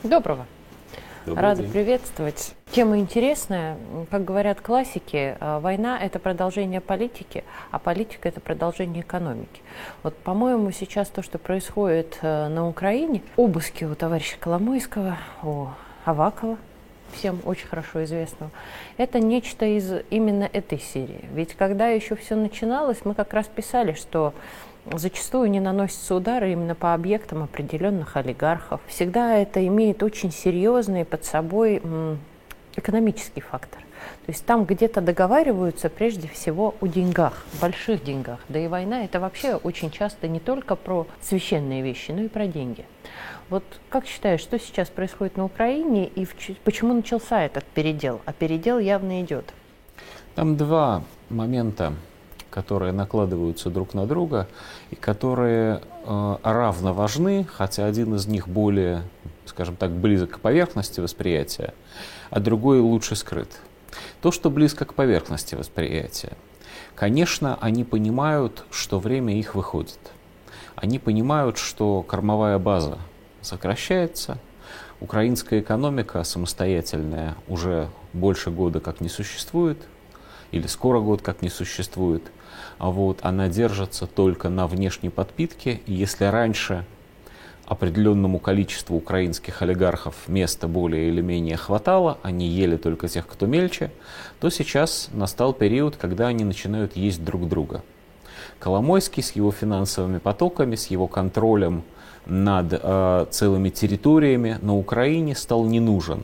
Доброго. Рада день. приветствовать. Тема интересная. Как говорят классики, война – это продолжение политики, а политика – это продолжение экономики. Вот, по-моему, сейчас то, что происходит на Украине, обыски у товарища Коломойского, у Авакова, всем очень хорошо известного, это нечто из именно этой серии. Ведь когда еще все начиналось, мы как раз писали, что зачастую не наносятся удары именно по объектам определенных олигархов. Всегда это имеет очень серьезный под собой экономический фактор. То есть там где-то договариваются прежде всего о деньгах, больших деньгах. Да и война это вообще очень часто не только про священные вещи, но и про деньги. Вот как считаешь, что сейчас происходит на Украине и почему начался этот передел? А передел явно идет. Там два момента, которые накладываются друг на друга и которые равно важны, хотя один из них более, скажем так, близок к поверхности восприятия, а другой лучше скрыт. То, что близко к поверхности восприятия, конечно, они понимают, что время их выходит. Они понимают, что кормовая база сокращается, украинская экономика самостоятельная уже больше года как не существует, или скоро год как не существует. Она держится только на внешней подпитке. И если раньше определенному количеству украинских олигархов места более или менее хватало, они ели только тех, кто мельче, то сейчас настал период, когда они начинают есть друг друга. Коломойский с его финансовыми потоками, с его контролем над целыми территориями на Украине стал не нужен.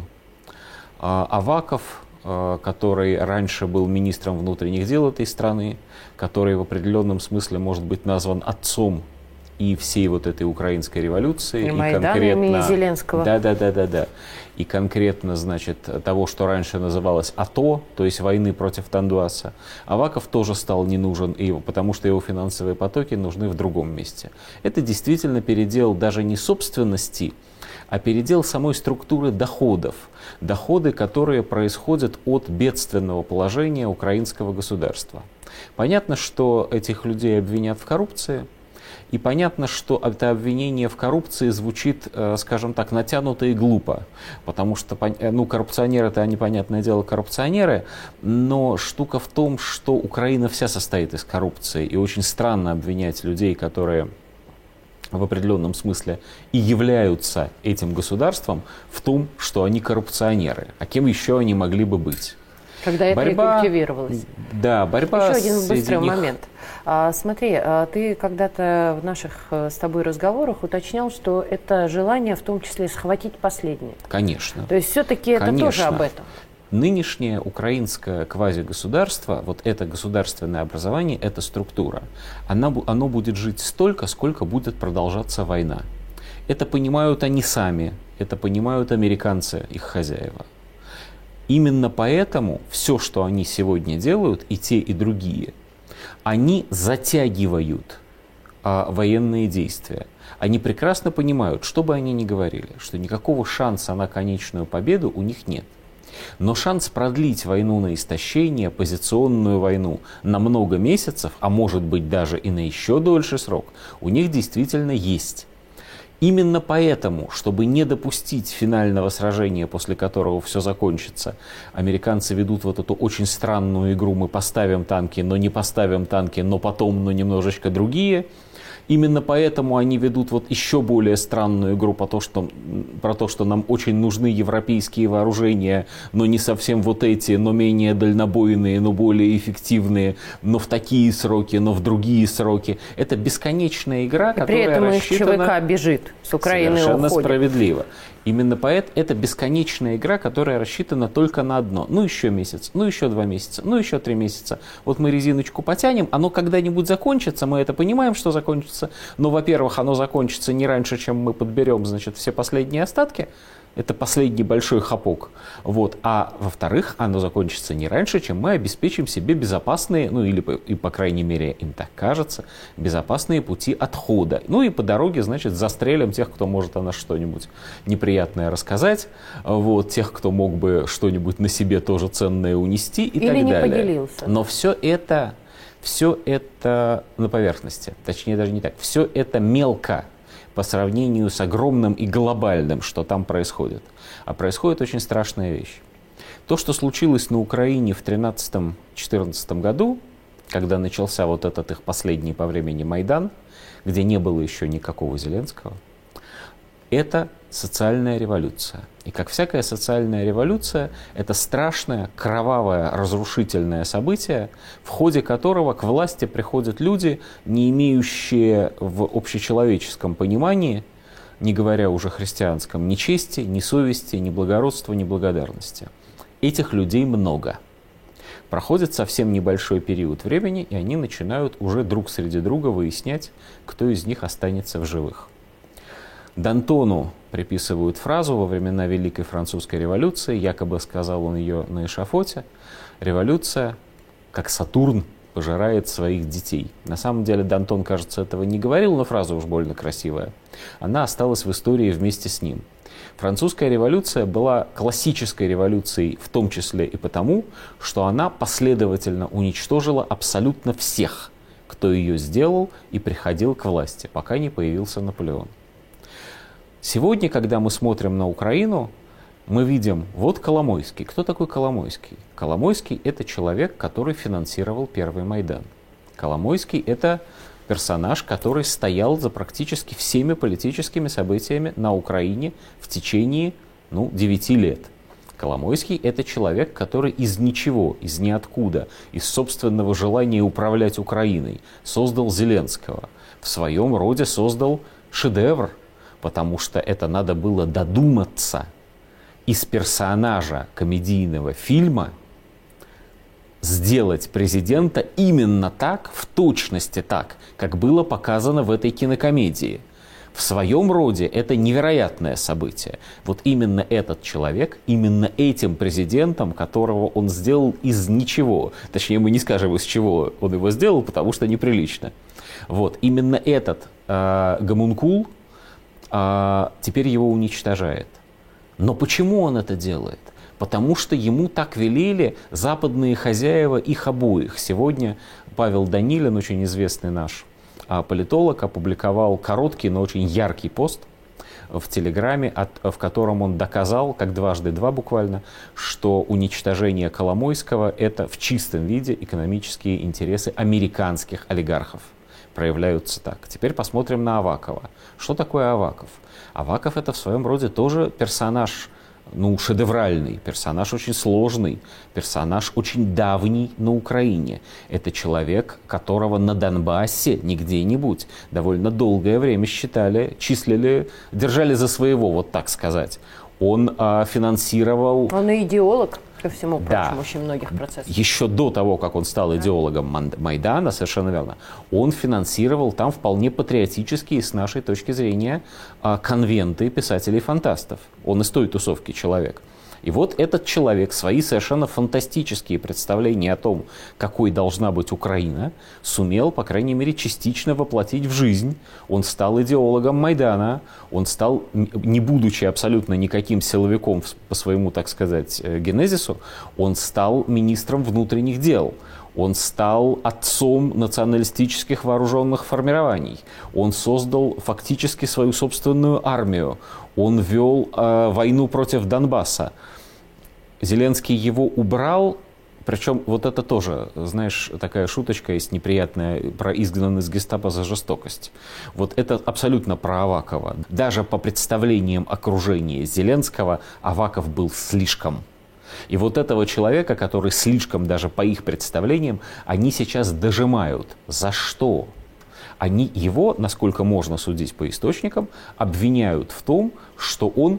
Аваков, который раньше был министром внутренних дел этой страны, который в определенном смысле может быть назван отцом и всей вот этой украинской революции. И конкретно и Зеленского. Да. И конкретно, значит, того, что раньше называлось АТО, то есть войны против Донбасса, Аваков тоже стал не нужен, потому что его финансовые потоки нужны в другом месте. Это действительно передел даже не собственности, а передел самой структуры доходов. Доходы, которые происходят от бедственного положения украинского государства. Понятно, что этих людей обвинят в коррупции, и понятно, что это обвинение в коррупции звучит, скажем так, натянуто и глупо, потому что, коррупционеры-то, они, понятное дело, коррупционеры, но штука в том, что Украина вся состоит из коррупции, и очень странно обвинять людей, которые в определенном смысле и являются этим государством, в том, что они коррупционеры. А кем еще они могли бы быть? Когда это и культивировалось. Да, борьба. Еще один быстрый момент. Смотри, ты когда-то в наших с тобой разговорах уточнял, что это желание в том числе схватить последнее. Конечно. То есть все-таки это тоже об этом. Нынешнее украинское квазигосударство, вот это государственное образование, эта структура, оно будет жить столько, сколько будет продолжаться война. Это понимают они сами, это понимают американцы, их хозяева. Именно поэтому все, что они сегодня делают, и те, и другие, они затягивают военные действия. Они прекрасно понимают, что бы они ни говорили, что никакого шанса на конечную победу у них нет. Но шанс продлить войну на истощение, позиционную войну на много месяцев, а может быть даже и на еще дольший срок, у них действительно есть. Именно поэтому, чтобы не допустить финального сражения, после которого все закончится, американцы ведут вот эту очень странную игру «мы поставим танки, но не поставим танки, но потом, но немножечко другие». Именно поэтому они ведут вот еще более странную игру про то, что нам очень нужны европейские вооружения, но не совсем вот эти, но менее дальнобойные, но более эффективные, но в такие сроки, но в другие сроки. Это бесконечная игра, которая рассчитана... При этом их ЧВК бежит с Украины, совершенно уходит. Справедливо. Именно поэтому это бесконечная игра, которая рассчитана только на одно. Ну еще месяц, ну еще 2 месяца, ну еще 3 месяца. Вот мы резиночку потянем, оно когда-нибудь закончится, мы это понимаем, что закончится. Но, во-первых, оно закончится не раньше, чем мы подберем, значит, все последние остатки. Это последний большой хапок. А во-вторых, оно закончится не раньше, чем мы обеспечим себе безопасные, и по крайней мере, им так кажется, безопасные пути отхода. И по дороге, значит, застрелим тех, кто может о нас что-нибудь неприятное рассказать, тех, кто мог бы что-нибудь на себе тоже ценное унести и или так не далее. Поделился. Но все это на поверхности. Точнее, даже не так. Все это мелко. по сравнению с огромным и глобальным, что там происходит. А происходит очень страшная вещь. То, что случилось на Украине в 2013-2014 году, когда начался вот этот их последний по времени Майдан, где не было еще никакого Зеленского, это социальная революция. И как всякая социальная революция, это страшное, кровавое, разрушительное событие, в ходе которого к власти приходят люди, не имеющие в общечеловеческом понимании, не говоря уже христианском, ни чести, ни совести, ни благородства, ни благодарности. Этих людей много. Проходит совсем небольшой период времени, и они начинают уже друг среди друга выяснять, кто из них останется в живых. Д'Антону приписывают фразу во времена Великой Французской революции, якобы сказал он ее на эшафоте: «Революция, как Сатурн, пожирает своих детей». На самом деле Д'Антон, кажется, этого не говорил, но фраза уж больно красивая. Она осталась в истории вместе с ним. Французская революция была классической революцией в том числе и потому, что она последовательно уничтожила абсолютно всех, кто ее сделал и приходил к власти, пока не появился Наполеон. Сегодня, когда мы смотрим на Украину, мы видим, вот Коломойский. Кто такой Коломойский? Коломойский – это человек, который финансировал первый Майдан. Коломойский – это персонаж, который стоял за практически всеми политическими событиями на Украине в течение 9 лет. Коломойский – это человек, который из ничего, из ниоткуда, из собственного желания управлять Украиной создал Зеленского. В своем роде создал шедевр, потому что это надо было додуматься из персонажа комедийного фильма сделать президента именно так, в точности так, как было показано в этой кинокомедии. В своем роде это невероятное событие. Вот именно этот человек, именно этим президентом, которого он сделал из ничего, точнее мы не скажем, из чего он его сделал, потому что неприлично. Вот, именно этот гомункул теперь его уничтожает. Но почему он это делает? Потому что ему так велели западные хозяева их обоих. Сегодня Павел Данилин, очень известный наш политолог, опубликовал короткий, но очень яркий пост в Телеграме, в котором он доказал, как дважды два буквально, что уничтожение Коломойского – это в чистом виде экономические интересы американских олигархов. Проявляются так. Теперь посмотрим на Авакова. Что такое Аваков? Аваков – это в своем роде тоже персонаж, шедевральный, персонаж очень сложный, персонаж очень давний на Украине. Это человек, которого на Донбассе, не где-нибудь, довольно долгое время числили, держали за своего, вот так сказать. Он финансировал… Он и идеолог, ко всему прочему, да. Очень многих процессов. Еще до того, как он стал идеологом Майдана, совершенно верно, он финансировал там вполне патриотические, с нашей точки зрения, конвенты писателей-фантастов. Он из той тусовки человек. И вот этот человек свои совершенно фантастические представления о том, какой должна быть Украина, сумел, по крайней мере, частично воплотить в жизнь. Он стал идеологом Майдана, он стал, не будучи абсолютно никаким силовиком по своему, так сказать, генезису, он стал министром внутренних дел. Он стал отцом националистических вооруженных формирований. Он создал фактически свою собственную армию. Он вел войну против Донбасса. Зеленский его убрал, причем вот это тоже, знаешь, такая шуточка есть неприятная про изгнан из гестапо за жестокость. Вот это абсолютно про Авакова. Даже по представлениям окружения Зеленского Аваков был слишком. И вот этого человека, который слишком, даже по их представлениям, они сейчас дожимают. За что? Они его, насколько можно судить по источникам, обвиняют в том, что он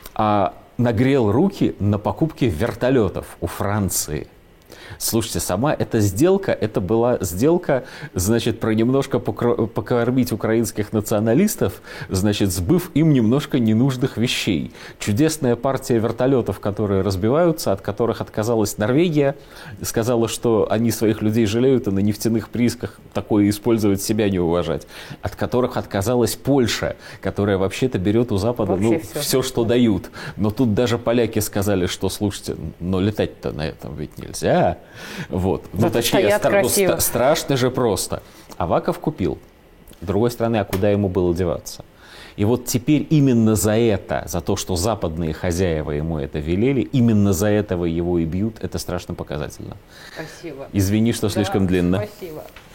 нагрел руки на покупке вертолетов у Франции. Слушайте, сама эта сделка, это была сделка, значит, про немножко покормить украинских националистов, значит, сбыв им немножко ненужных вещей. Чудесная партия вертолетов, которые разбиваются, от которых отказалась Норвегия, сказала, что они своих людей жалеют, и на нефтяных приисках такое использовать себя не уважать. От которых отказалась Польша, которая вообще-то берет у Запада все, что дают. Но тут даже поляки сказали, что, слушайте, но летать-то на этом ведь нельзя. Вот. Точнее, страшно же просто. Аваков купил. С другой стороны, а куда ему было деваться? И вот теперь именно за это, за то, что западные хозяева ему это велели, именно за этого его и бьют, это страшно показательно. Спасибо. Извини, что слишком длинно. Спасибо.